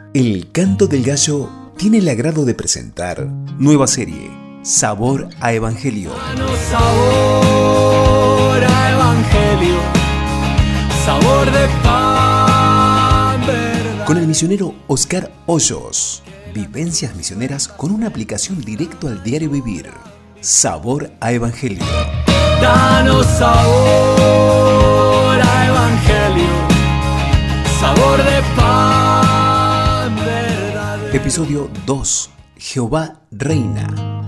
El Canto del Gallo tiene el agrado de presentar nueva serie, Sabor a Evangelio. Sabor a Evangelio, sabor de pan, verdad. Con el misionero Oscar Hoyos. Vivencias misioneras con una aplicación directo al diario vivir. Sabor a Evangelio. Danos sabor a Evangelio, sabor de pan, verdad. Episodio 2. Jehová reina.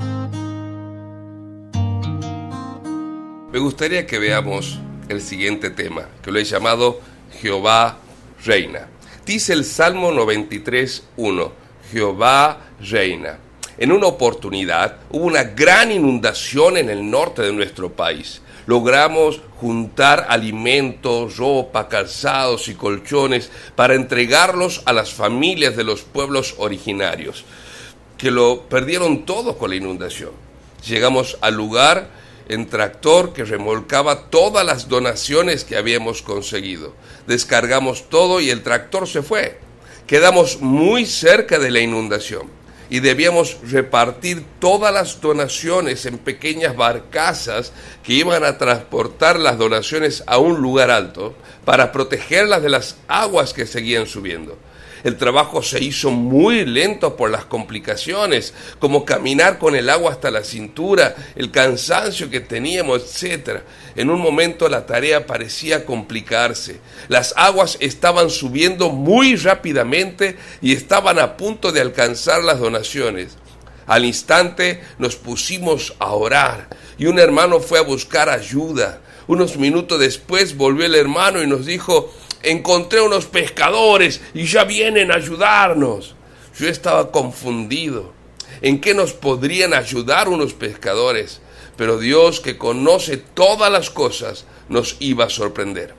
Me gustaría que veamos el siguiente tema, que lo he llamado Jehová reina. Dice el Salmo 93:1, Jehová reina. En una oportunidad hubo una gran inundación en el norte de nuestro país. Logramos juntar alimentos, ropa, calzados y colchones para entregarlos a las familias de los pueblos originarios, que lo perdieron todo con la inundación. Llegamos al lugar en tractor que remolcaba todas las donaciones que habíamos conseguido. Descargamos todo y el tractor se fue. Quedamos muy cerca de la inundación y debíamos repartir todas las donaciones en pequeñas barcazas que iban a transportar las donaciones a un lugar alto para protegerlas de las aguas que seguían subiendo. El trabajo se hizo muy lento por las complicaciones, como caminar con el agua hasta la cintura, el cansancio que teníamos, etc. En un momento la tarea parecía complicarse. Las aguas estaban subiendo muy rápidamente y estaban a punto de alcanzar las donaciones. Al instante nos pusimos a orar y un hermano fue a buscar ayuda. Unos minutos después volvió el hermano y nos dijo: encontré unos pescadores y ya vienen a ayudarnos. Yo estaba confundido. ¿En qué nos podrían ayudar unos pescadores? Pero Dios, que conoce todas las cosas, nos iba a sorprender.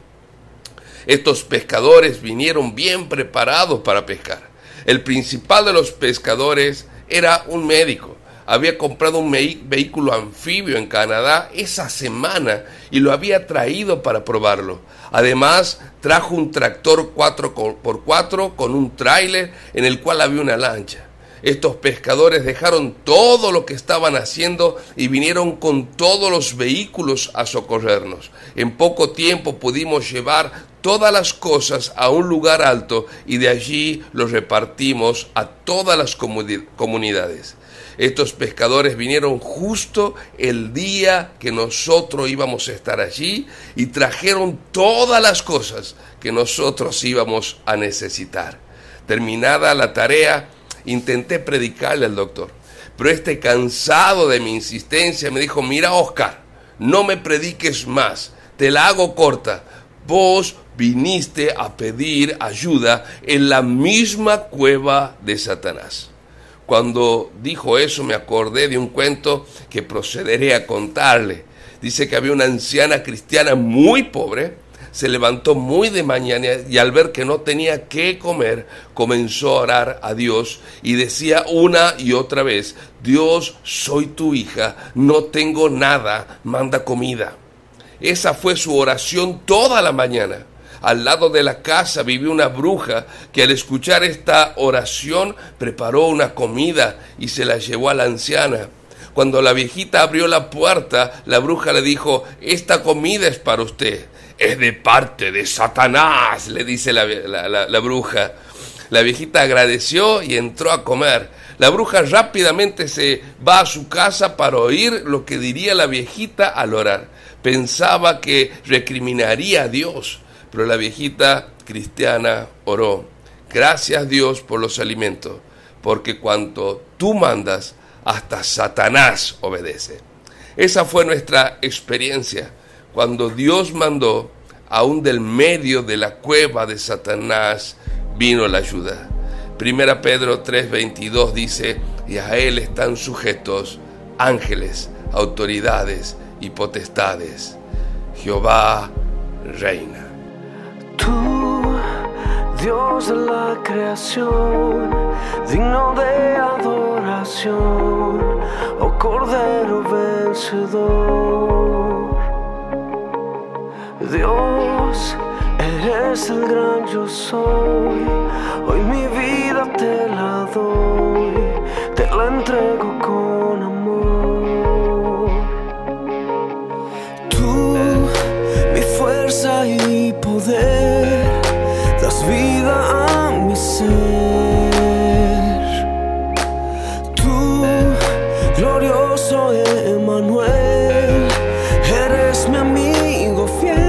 Estos pescadores vinieron bien preparados para pescar. El principal de los pescadores era un médico. Había comprado un vehículo anfibio en Canadá esa semana y lo había traído para probarlo. Además, trajo un tractor 4x4 con un tráiler en el cual había una lancha. Estos pescadores dejaron todo lo que estaban haciendo y vinieron con todos los vehículos a socorrernos. En poco tiempo pudimos llevar todas las cosas a un lugar alto y de allí los repartimos a todas las comunidades. Estos pescadores vinieron justo el día que nosotros íbamos a estar allí y trajeron todas las cosas que nosotros íbamos a necesitar. Terminada la tarea, intenté predicarle al doctor, pero cansado de mi insistencia, me dijo: mira, Oscar, no me prediques más, te la hago corta. Vos viniste a pedir ayuda en la misma cueva de Satanás. Cuando dijo eso me acordé de un cuento que procederé a contarle. Dice que había una anciana cristiana muy pobre, se levantó muy de mañana y al ver que no tenía qué comer, comenzó a orar a Dios y decía una y otra vez: Dios, soy tu hija, no tengo nada, manda comida. Esa fue su oración toda la mañana. Al lado de la casa vivía una bruja que al escuchar esta oración preparó una comida y se la llevó a la anciana. Cuando la viejita abrió la puerta, la bruja le dijo: esta comida es para usted. Es de parte de Satanás, le dice la bruja. La viejita agradeció y entró a comer. La bruja rápidamente se va a su casa para oír lo que diría la viejita al orar. Pensaba que recriminaría a Dios. Pero la viejita cristiana oró: gracias Dios por los alimentos, porque cuanto tú mandas, hasta Satanás obedece. Esa fue nuestra experiencia. Cuando Dios mandó, aún del medio de la cueva de Satanás vino la ayuda. 1 Pedro 3:22 dice: y a él están sujetos ángeles, autoridades y potestades. Jehová reina. Tú, Dios de la creación, digno de adoración, oh Cordero vencedor. Dios, eres el gran yo soy, hoy mi vida te la doy, te la entrego con amor. Tú, mi fuerza y poder, das vida a mi ser. Tú, glorioso Emmanuel, eres mi amigo fiel.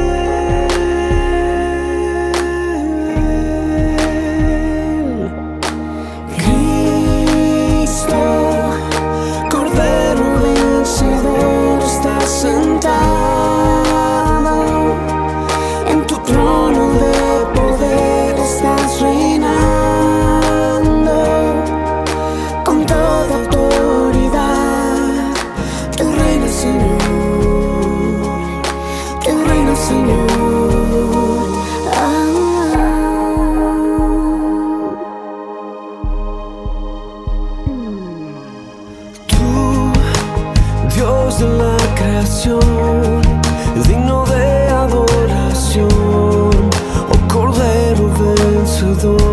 Cristo, Cordero vencedor, estás sentado en tu trono de poder, estás reinando con toda autoridad. Tu reino, Señor, tu reino, Señor. Tú, Dios de la creación, digno de adoración, oh Cordero vencedor.